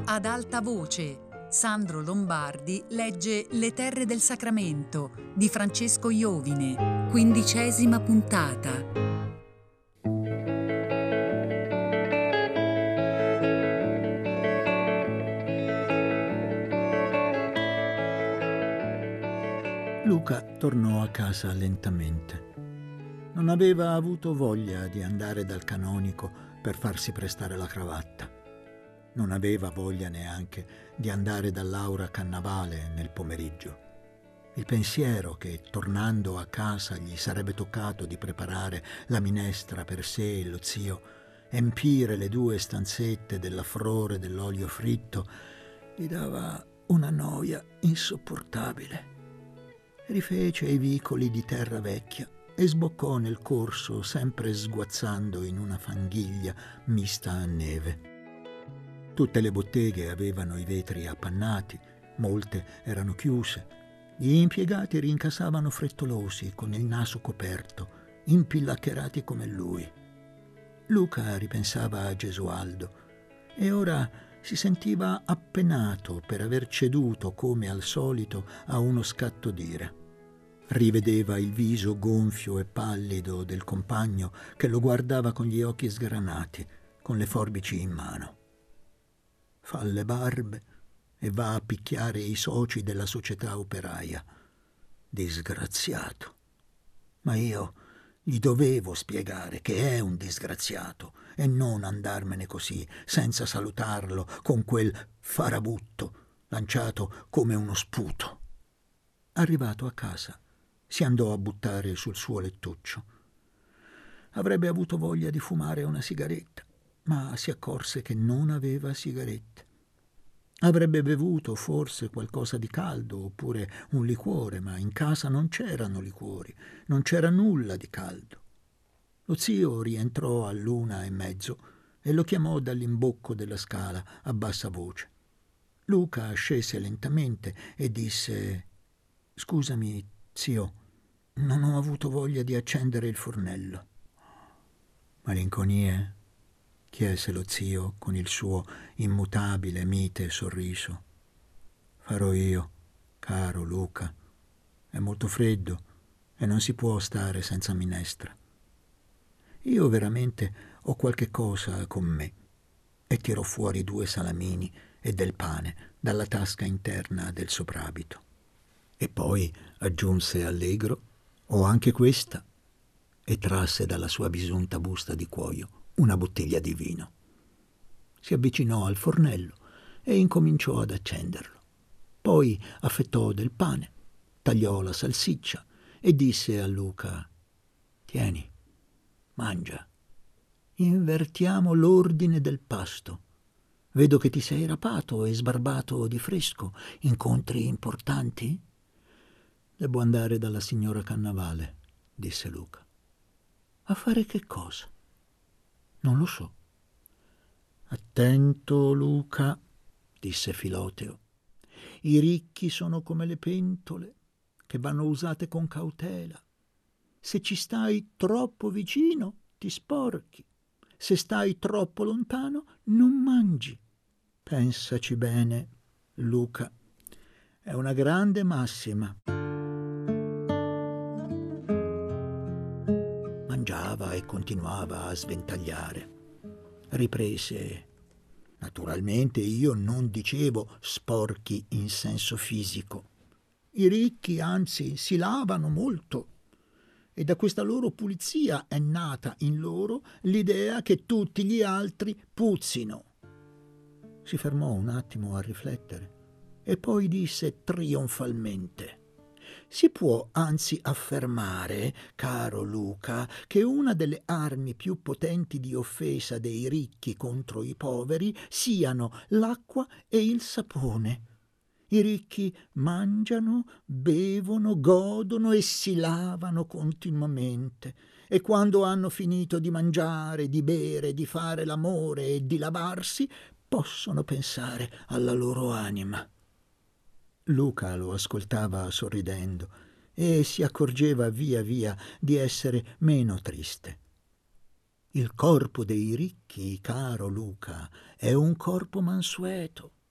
Ad alta voce, Sandro Lombardi legge Le terre del Sacramento di Francesco Iovine, 15ª puntata. Luca tornò a casa lentamente. Non aveva avuto voglia di andare dal canonico per farsi prestare la cravatta. Non aveva voglia neanche di andare da Laura Cannavale nel pomeriggio. Il pensiero che, tornando a casa, gli sarebbe toccato di preparare la minestra per sé e lo zio, empire le 2 stanzette della frore dell'olio fritto, gli dava una noia insopportabile. Rifece i vicoli di terra vecchia e sboccò nel corso, sempre sguazzando in una fanghiglia mista a neve. Tutte le botteghe avevano i vetri appannati, molte erano chiuse. Gli impiegati rincasavano frettolosi, con il naso coperto, impillaccherati come lui. Luca ripensava a Gesualdo e ora si sentiva appenato per aver ceduto, come al solito, a uno scatto d'ira. Rivedeva il viso gonfio e pallido del compagno che lo guardava con gli occhi sgranati, con le forbici in mano. Fa le barbe e va a picchiare i soci della società operaia. Disgraziato. Ma io gli dovevo spiegare che è un disgraziato e non andarmene così, senza salutarlo, con quel farabutto lanciato come uno sputo. Arrivato a casa, si andò a buttare sul suo lettuccio. Avrebbe avuto voglia di fumare una sigaretta, ma si accorse che non aveva sigarette. Avrebbe bevuto forse qualcosa di caldo oppure un liquore, ma in casa non c'erano liquori, non c'era nulla di caldo. Lo zio rientrò all'1:30 e lo chiamò dall'imbocco della scala a bassa voce. Luca scese lentamente e disse: «Scusami, zio, non ho avuto voglia di accendere il fornello». «Malinconie?» chiese lo zio con il suo immutabile, mite sorriso. «Farò io, caro Luca. È molto freddo e non si può stare senza minestra. Io veramente ho qualche cosa con me». E tirò fuori 2 salamini e del pane dalla tasca interna del soprabito. E poi aggiunse allegro: «Ho anche questa», e trasse dalla sua bisunta busta di cuoio una bottiglia di vino. Si avvicinò al fornello e incominciò ad accenderlo. Poi affettò del pane, tagliò la salsiccia e disse a Luca: «Tieni, mangia. Invertiamo l'ordine del pasto. Vedo che ti sei rapato e sbarbato di fresco. Incontri importanti?» «Devo andare dalla signora Cannavale», disse Luca. «A fare che cosa?» «Non lo so». «Attento, Luca», disse Filoteo. «I ricchi sono come le pentole, che vanno usate con cautela. Se ci stai troppo vicino, ti sporchi. Se stai troppo lontano, non mangi. Pensaci bene, Luca. È una grande massima». Mangiava e continuava a sventagliare. Riprese: «Naturalmente io non dicevo sporchi in senso fisico. I ricchi, anzi, si lavano molto. E da questa loro pulizia è nata in loro l'idea che tutti gli altri puzzino». Si fermò un attimo a riflettere e poi disse trionfalmente: «Si può anzi affermare, caro Luca, che una delle armi più potenti di offesa dei ricchi contro i poveri siano l'acqua e il sapone. I ricchi mangiano, bevono, godono e si lavano continuamente, e quando hanno finito di mangiare, di bere, di fare l'amore e di lavarsi, possono pensare alla loro anima». Luca lo ascoltava sorridendo e si accorgeva via via di essere meno triste. Il corpo dei ricchi, caro Luca, è un corpo mansueto.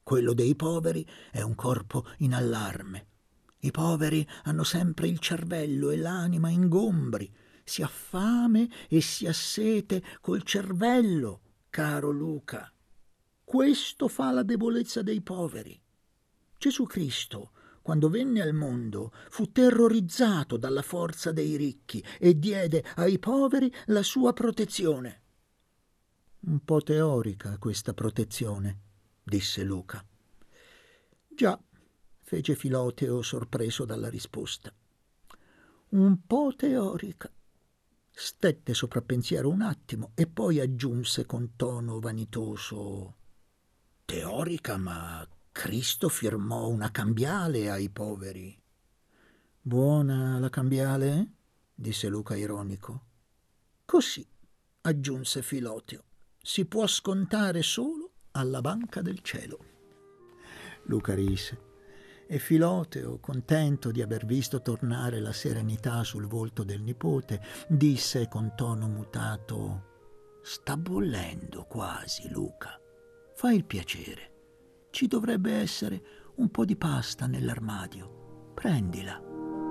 Quello dei poveri è un corpo in allarme. I poveri hanno sempre il cervello e l'anima ingombri. Si ha fame e si ha sete col cervello, caro Luca. Questo fa la debolezza dei poveri. Gesù Cristo, quando venne al mondo, fu terrorizzato dalla forza dei ricchi e diede ai poveri la sua protezione. Un po' teorica questa protezione, disse Luca. Già, fece Filoteo sorpreso dalla risposta. Un po' teorica. Stette soprappensiero un attimo e poi aggiunse con tono vanitoso: teorica, ma Cristo firmò una cambiale ai poveri. Buona la cambiale? Disse Luca ironico. Così, aggiunse Filoteo, si può scontare solo alla banca del cielo. Luca rise e Filoteo, contento di aver visto tornare la serenità sul volto del nipote, disse con tono mutato: sta bollendo quasi, Luca. Fai il piacere. Ci dovrebbe essere un po' di pasta nell'armadio. Prendila.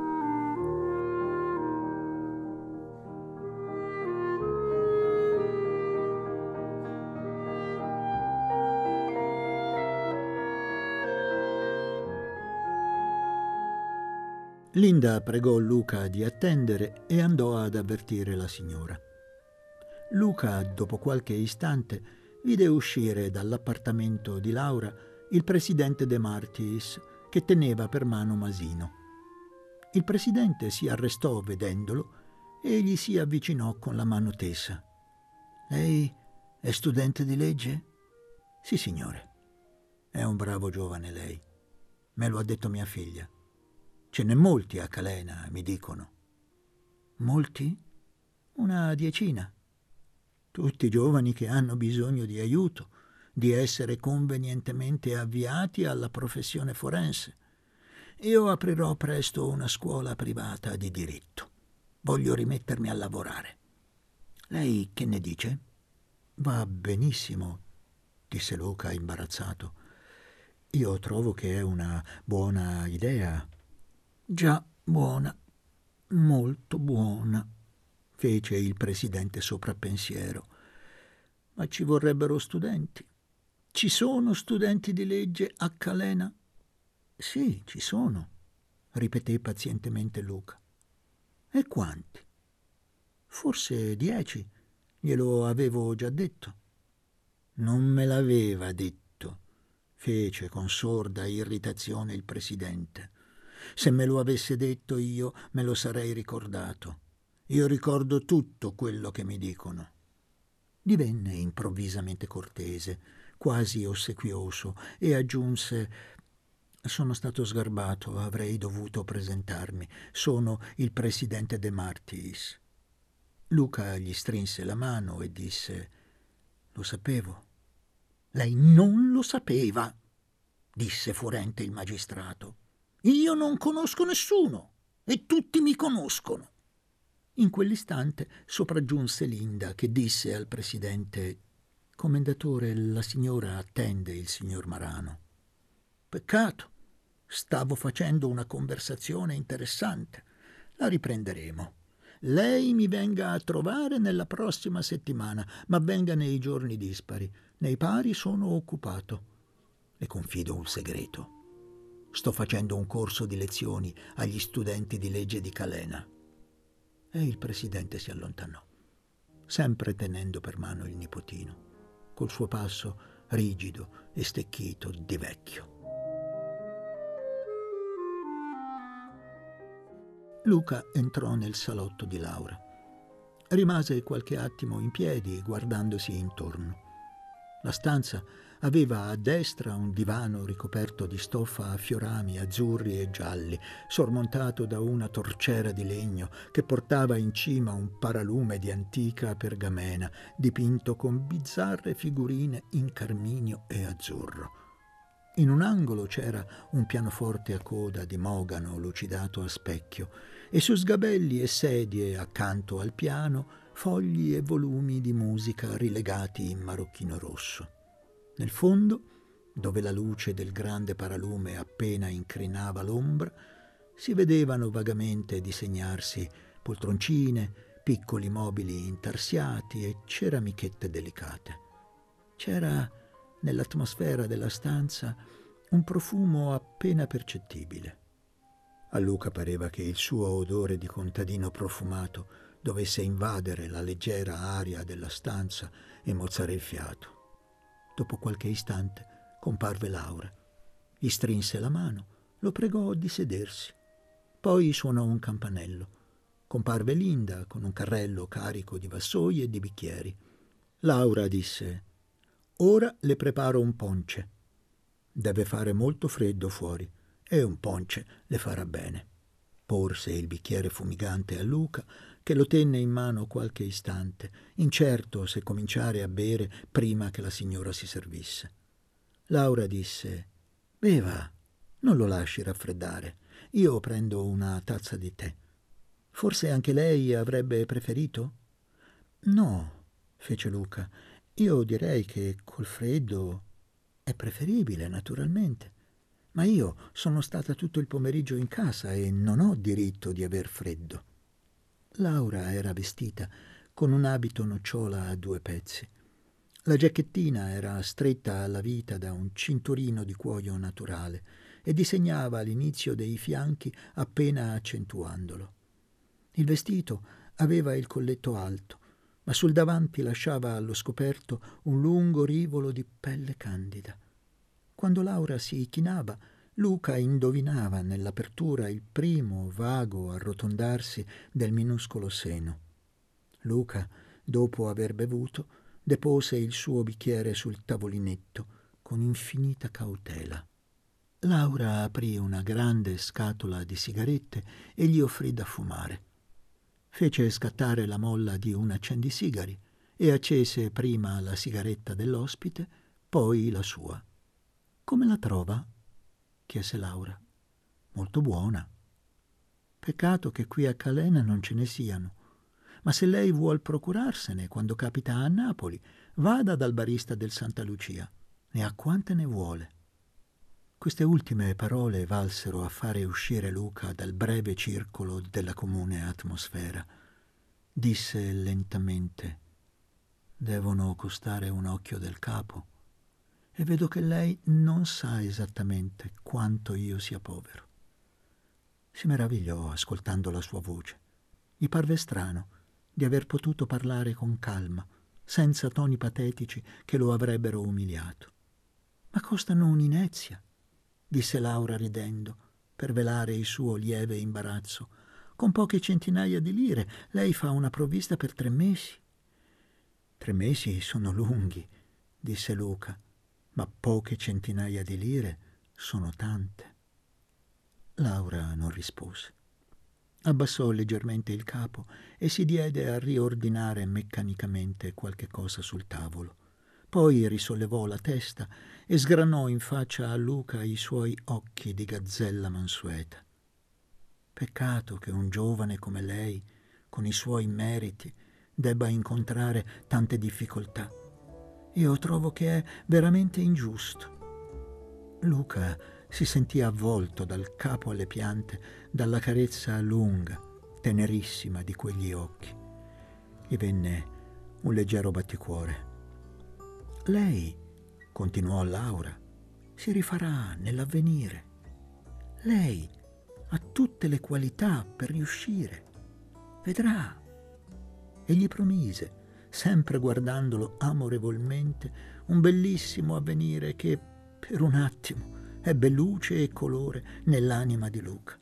Linda pregò Luca di attendere e andò ad avvertire la signora. Luca, dopo qualche istante, vide uscire dall'appartamento di Laura il presidente De Martis, che teneva per mano Masino. Il presidente si arrestò vedendolo e gli si avvicinò con la mano tesa. «Lei è studente di legge?» «Sì, signore. È un bravo giovane lei. Me lo ha detto mia figlia. Ce n'è molti a Calena, mi dicono». «Molti?» «Una decina. Tutti giovani che hanno bisogno di aiuto, di essere convenientemente avviati alla professione forense. Io aprirò presto una scuola privata di diritto. Voglio rimettermi a lavorare. Lei che ne dice?» «Va benissimo», disse Luca imbarazzato. «Io trovo che è una buona idea». «Già buona, molto buona», fece il presidente soprappensiero. «Ma ci vorrebbero studenti. Ci sono studenti di legge a Calena?» «Sì, ci sono», ripeté pazientemente Luca. «E quanti?» «Forse 10, glielo avevo già detto». «Non me l'aveva detto», fece con sorda irritazione il presidente. «Se me lo avesse detto io me lo sarei ricordato. Io ricordo tutto quello che mi dicono». Divenne improvvisamente cortese, quasi ossequioso, e aggiunse: «Sono stato sgarbato, avrei dovuto presentarmi. Sono il presidente De Martis». Luca gli strinse la mano e disse: «Lo sapevo». «Lei non lo sapeva», disse furente il magistrato. «Io non conosco nessuno e tutti mi conoscono». In quell'istante sopraggiunse Linda, che disse al presidente: «Commendatore, la signora attende il signor Marano». «Peccato, stavo facendo una conversazione interessante. La riprenderemo. Lei mi venga a trovare nella prossima settimana, ma venga nei giorni dispari. Nei pari sono occupato. Le confido un segreto. Sto facendo un corso di lezioni agli studenti di legge di Calena». E il presidente si allontanò, sempre tenendo per mano il nipotino, col suo passo rigido e stecchito di vecchio. Luca entrò nel salotto di Laura. Rimase qualche attimo in piedi, guardandosi intorno. La stanza aveva a destra un divano ricoperto di stoffa a fiorami azzurri e gialli, sormontato da una torciera di legno che portava in cima un paralume di antica pergamena, dipinto con bizzarre figurine in carminio e azzurro. In un angolo c'era un pianoforte a coda di mogano lucidato a specchio e su sgabelli e sedie accanto al piano fogli e volumi di musica rilegati in marocchino rosso. Nel fondo, dove la luce del grande paralume appena incrinava l'ombra, si vedevano vagamente disegnarsi poltroncine, piccoli mobili intarsiati e ceramichette delicate. C'era nell'atmosfera della stanza un profumo appena percettibile. A Luca pareva che il suo odore di contadino profumato dovesse invadere la leggera aria della stanza e mozzare il fiato. Dopo qualche istante comparve Laura. Gli strinse la mano, lo pregò di sedersi. Poi suonò un campanello. Comparve Linda con un carrello carico di vassoi e di bicchieri. Laura disse: «Ora le preparo un ponce. Deve fare molto freddo fuori e un ponce le farà bene». Porse il bicchiere fumigante a Luca, che lo tenne in mano qualche istante, incerto se cominciare a bere prima che la signora si servisse. Laura disse: «Beva, non lo lasci raffreddare. Io prendo una tazza di tè. Forse anche lei avrebbe preferito?» «No», fece Luca. «Io direi che col freddo è preferibile, naturalmente. Ma io sono stata tutto il pomeriggio in casa e non ho diritto di aver freddo». Laura era vestita con un abito nocciola a 2 pezzi. La giacchettina era stretta alla vita da un cinturino di cuoio naturale e disegnava l'inizio dei fianchi appena accentuandolo. Il vestito aveva il colletto alto, ma sul davanti lasciava allo scoperto un lungo rivolo di pelle candida. Quando Laura si chinava, Luca indovinava nell'apertura il primo vago arrotondarsi del minuscolo seno. Luca, dopo aver bevuto, depose il suo bicchiere sul tavolinetto con infinita cautela. Laura aprì una grande scatola di sigarette e gli offrì da fumare. Fece scattare la molla di un accendisigari e accese prima la sigaretta dell'ospite, poi la sua. «Come la trova?» chiese Laura. «Molto buona. Peccato che qui a Calena non ce ne siano. Ma se lei vuol procurarsene quando capita a Napoli, vada dal barista del Santa Lucia. Ne ha quante ne vuole». Queste ultime parole valsero a fare uscire Luca dal breve circolo della comune atmosfera. Disse lentamente: «Devono costare un occhio del capo. E vedo che lei non sa esattamente quanto io sia povero». Si meravigliò ascoltando la sua voce. Gli parve strano di aver potuto parlare con calma, senza toni patetici che lo avrebbero umiliato. «Ma costano un'inezia», disse Laura ridendo, per velare il suo lieve imbarazzo. «Con poche centinaia di lire lei fa una provvista per 3 mesi». «3 mesi sono lunghi», disse Luca, «ma poche centinaia di lire sono tante». Laura non rispose. Abbassò leggermente il capo e si diede a riordinare meccanicamente qualche cosa sul tavolo. Poi risollevò la testa e sgranò in faccia a Luca i suoi occhi di gazzella mansueta. «Peccato che un giovane come lei, con i suoi meriti, debba incontrare tante difficoltà. Io trovo che è veramente ingiusto». Luca si sentì avvolto dal capo alle piante dalla carezza lunga, tenerissima di quegli occhi. Gli venne un leggero batticuore. «Lei», continuò Laura, «si rifarà nell'avvenire. Lei ha tutte le qualità per riuscire. Vedrà». E gli promise, sempre guardandolo amorevolmente, un bellissimo avvenire che, per un attimo, ebbe luce e colore nell'anima di Luca.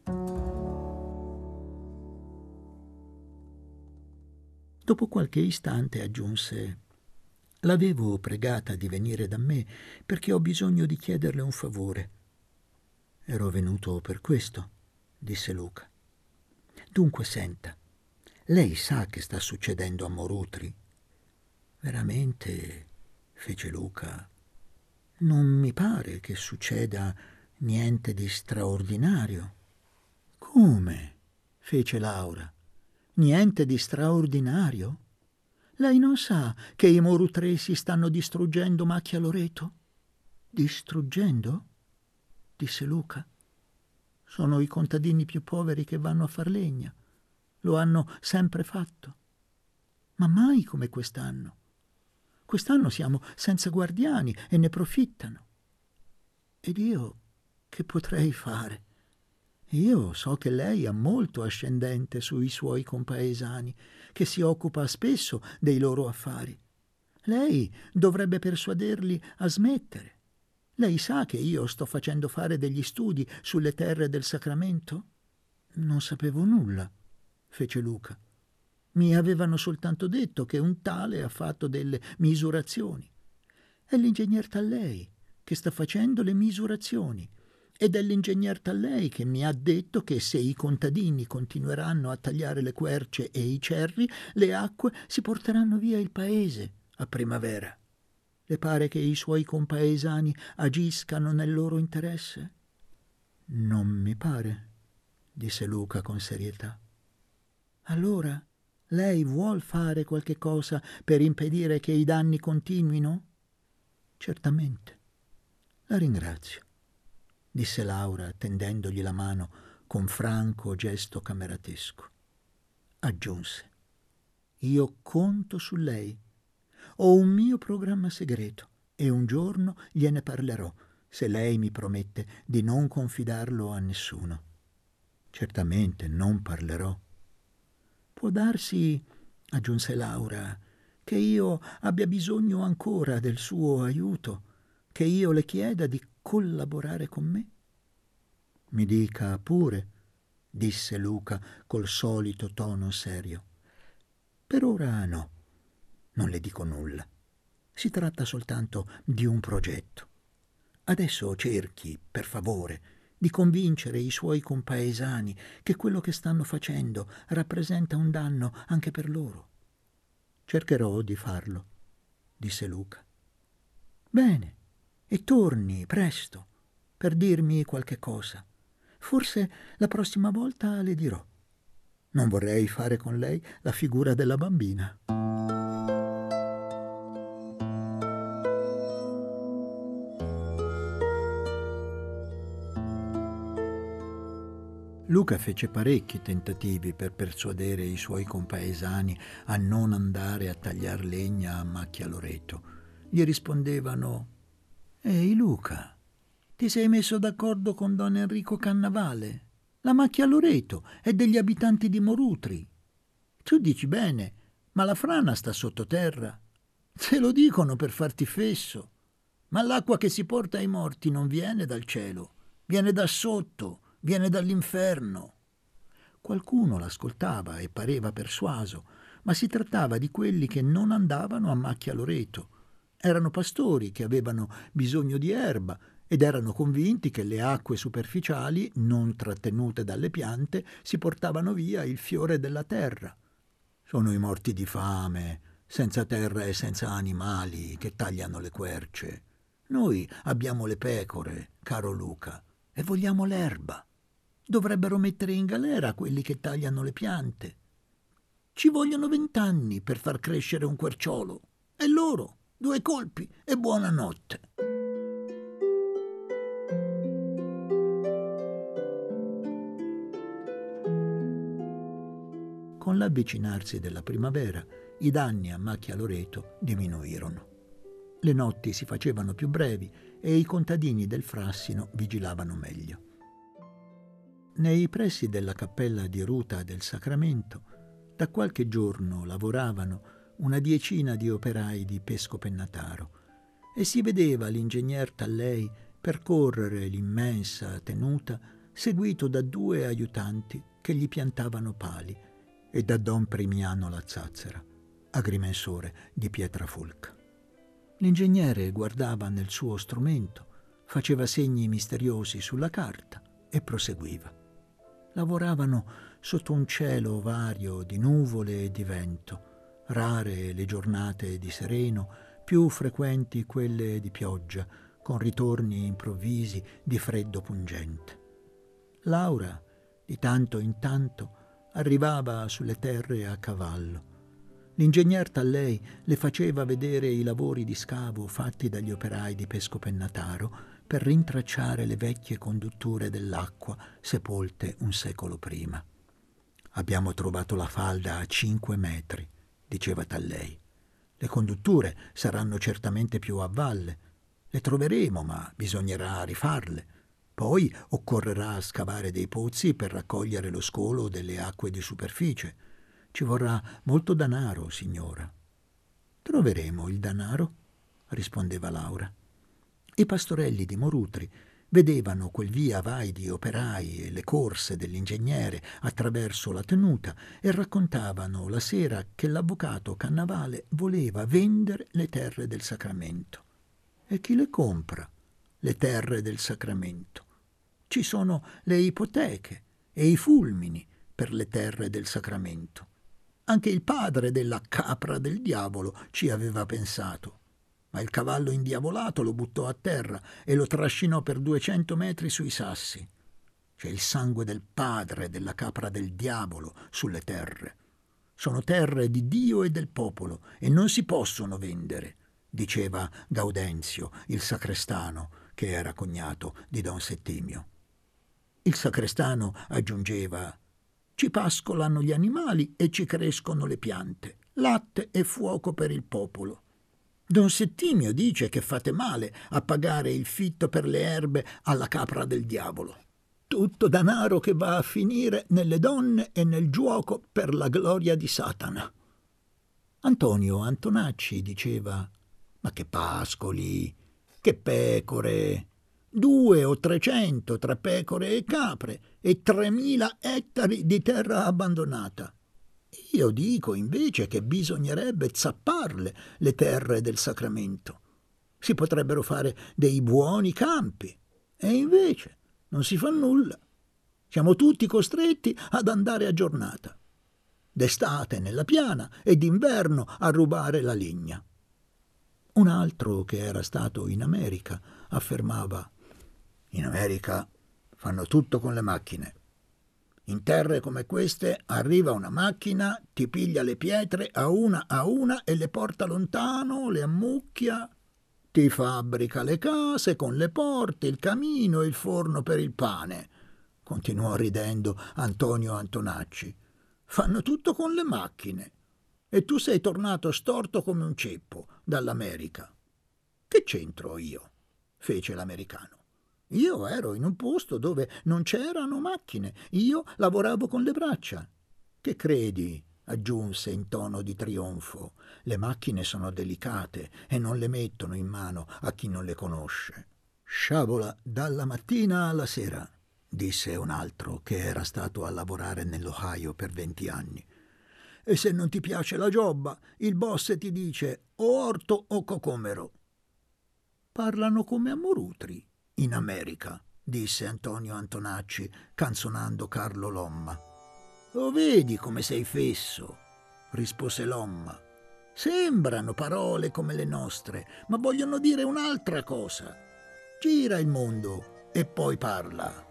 Dopo qualche istante aggiunse: «L'avevo pregata di venire da me perché ho bisogno di chiederle un favore». «Ero venuto per questo», disse Luca. «Dunque senta, lei sa che sta succedendo a Morutri?» «Veramente», fece Luca, «non mi pare che succeda niente di straordinario». «Come?» fece Laura. «Niente di straordinario? Lei non sa che i morutresi stanno distruggendo Macchia Loreto? Distruggendo? Disse Luca. Sono i contadini più poveri che vanno a far legna. Lo hanno sempre fatto. Ma mai come quest'anno. Quest'anno siamo senza guardiani e ne profittano. Ed io che potrei fare? Io so che lei ha molto ascendente sui suoi compaesani, che si occupa spesso dei loro affari. Lei dovrebbe persuaderli a smettere. Lei sa che io sto facendo fare degli studi sulle terre del Sacramento? Non sapevo nulla, fece Luca. Mi avevano soltanto detto che un tale ha fatto delle misurazioni. È l'ingegner Tallei che sta facendo le misurazioni. Ed è l'ingegner Tallei che mi ha detto che se i contadini continueranno a tagliare le querce e i cerri, le acque si porteranno via il paese a primavera. Le pare che i suoi compaesani agiscano nel loro interesse? Non mi pare, disse Luca con serietà. Allora, lei vuol fare qualche cosa per impedire che i danni continuino? Certamente. La ringrazio, disse Laura tendendogli la mano con franco gesto cameratesco. Aggiunse: io conto su lei. Ho un mio programma segreto e un giorno gliene parlerò, se lei mi promette di non confidarlo a nessuno. Certamente non parlerò. Può darsi, aggiunse Laura, che io abbia bisogno ancora del suo aiuto, che io le chieda di collaborare con me? Mi dica pure, disse Luca col solito tono serio. Per ora no. Non le dico nulla. Si tratta soltanto di un progetto. Adesso cerchi, per favore, di convincere i suoi compaesani che quello che stanno facendo rappresenta un danno anche per loro. Cercherò di farlo, disse Luca. Bene, e torni presto per dirmi qualche cosa. Forse la prossima volta le dirò. Non vorrei fare con lei la figura della bambina. Luca fece parecchi tentativi per persuadere i suoi compaesani a non andare a tagliar legna a Macchia Loreto. Gli rispondevano: «Ehi Luca, ti sei messo d'accordo con don Enrico Cannavale? La Macchia Loreto è degli abitanti di Morutri. Tu dici bene, ma la frana sta sottoterra. Te lo dicono per farti fesso. Ma l'acqua che si porta ai morti non viene dal cielo, viene da sotto, viene dall'inferno». Qualcuno l'ascoltava e pareva persuaso, ma si trattava di quelli che non andavano a Macchia Loreto. Erano pastori che avevano bisogno di erba ed erano convinti che le acque superficiali, non trattenute dalle piante, si portavano via il fiore della terra. Sono i morti di fame, senza terra e senza animali, che tagliano le querce. Noi abbiamo le pecore, caro Luca, e vogliamo l'erba. Dovrebbero mettere in galera quelli che tagliano le piante. Ci vogliono 20 anni per far crescere un querciolo. E loro, 2 colpi e buonanotte. Con l'avvicinarsi della primavera, i danni a Macchia Loreto diminuirono. Le notti si facevano più brevi e i contadini del Frassino vigilavano meglio. Nei pressi della cappella di Ruta del Sacramento, da qualche giorno lavoravano una decina di operai di Pesco Pennataro e si vedeva l'ingegner Tallei percorrere l'immensa tenuta seguito da 2 aiutanti che gli piantavano pali e da don Primiano la Zazzera, agrimensore di Pietrafulca. L'ingegnere guardava nel suo strumento, faceva segni misteriosi sulla carta e proseguiva. Lavoravano sotto un cielo vario di nuvole e di vento, rare le giornate di sereno, più frequenti quelle di pioggia, con ritorni improvvisi di freddo pungente. Laura, di tanto in tanto, arrivava sulle terre a cavallo. L'ingegner Talley le faceva vedere i lavori di scavo fatti dagli operai di Pescopennataro per rintracciare le vecchie condutture dell'acqua sepolte un secolo prima. «Abbiamo trovato la falda a 5 metri», diceva Talley. «Le condutture saranno certamente più a valle. Le troveremo, ma bisognerà rifarle. Poi occorrerà scavare dei pozzi per raccogliere lo scolo delle acque di superficie. Ci vorrà molto danaro, signora». «Troveremo il danaro», rispondeva Laura. I pastorelli di Morutri vedevano quel via vai di operai e le corse dell'ingegnere attraverso la tenuta e raccontavano la sera che l'avvocato Cannavale voleva vendere le terre del Sacramento. E chi le compra, le terre del Sacramento? Ci sono le ipoteche e i fulmini per le terre del Sacramento. Anche il padre della capra del diavolo ci aveva pensato, ma il cavallo indiavolato lo buttò a terra e lo trascinò per 200 metri sui sassi. C'è il sangue del padre della capra del diavolo sulle terre. Sono terre di Dio e del popolo e non si possono vendere, diceva Gaudenzio, il sacrestano, che era cognato di Don Settimio. Il sacrestano aggiungeva: «Ci pascolano gli animali e ci crescono le piante, latte e fuoco per il popolo. Don Settimio dice che fate male a pagare il fitto per le erbe alla capra del diavolo. Tutto danaro che va a finire nelle donne e nel giuoco per la gloria di Satana». Antonio Antonacci diceva: «Ma che pascoli, che pecore! 200 o 300 tra pecore e capre e 3.000 ettari di terra abbandonata. Io dico invece che bisognerebbe zapparle le terre del Sacramento. Si potrebbero fare dei buoni campi e invece non si fa nulla. Siamo tutti costretti ad andare a giornata, d'estate nella piana e d'inverno a rubare la legna». Un altro che era stato in America affermava: «In America fanno tutto con le macchine. In terre come queste arriva una macchina, ti piglia le pietre a una e le porta lontano, le ammucchia, ti fabbrica le case con le porte, il camino e il forno per il pane», continuò ridendo Antonio Antonacci. «Fanno tutto con le macchine. E tu sei tornato storto come un ceppo dall'America». «Che c'entro io?» fece l'americano. «Io ero in un posto dove non c'erano macchine. Io lavoravo con le braccia». «Che credi?» aggiunse in tono di trionfo. «Le macchine sono delicate e non le mettono in mano a chi non le conosce». «Sciabola dalla mattina alla sera», disse un altro che era stato a lavorare nell'Ohio per 20 anni. «E se non ti piace la giobba, il boss ti dice o orto o cocomero». «Parlano come a Morutri in America», disse Antonio Antonacci, canzonando Carlo Lomma. «Lo vedi come sei fesso?» rispose Lomma. «Sembrano parole come le nostre, ma vogliono dire un'altra cosa. Gira il mondo e poi parla».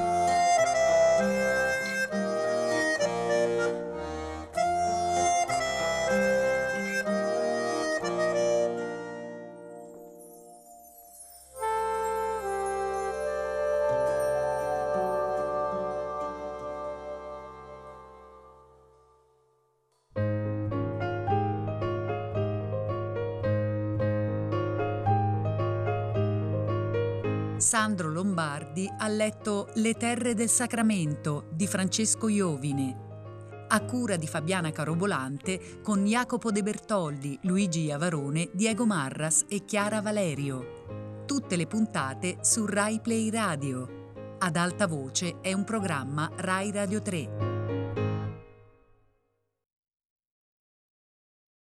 Sandro Lombardi ha letto Le terre del Sacramento di Francesco Iovine, a cura di Fabiana Carobolante, con Jacopo De Bertoldi, Luigi Iavarone, Diego Marras e Chiara Valerio. Tutte le puntate su Rai Play Radio. Ad alta voce è un programma Rai Radio 3.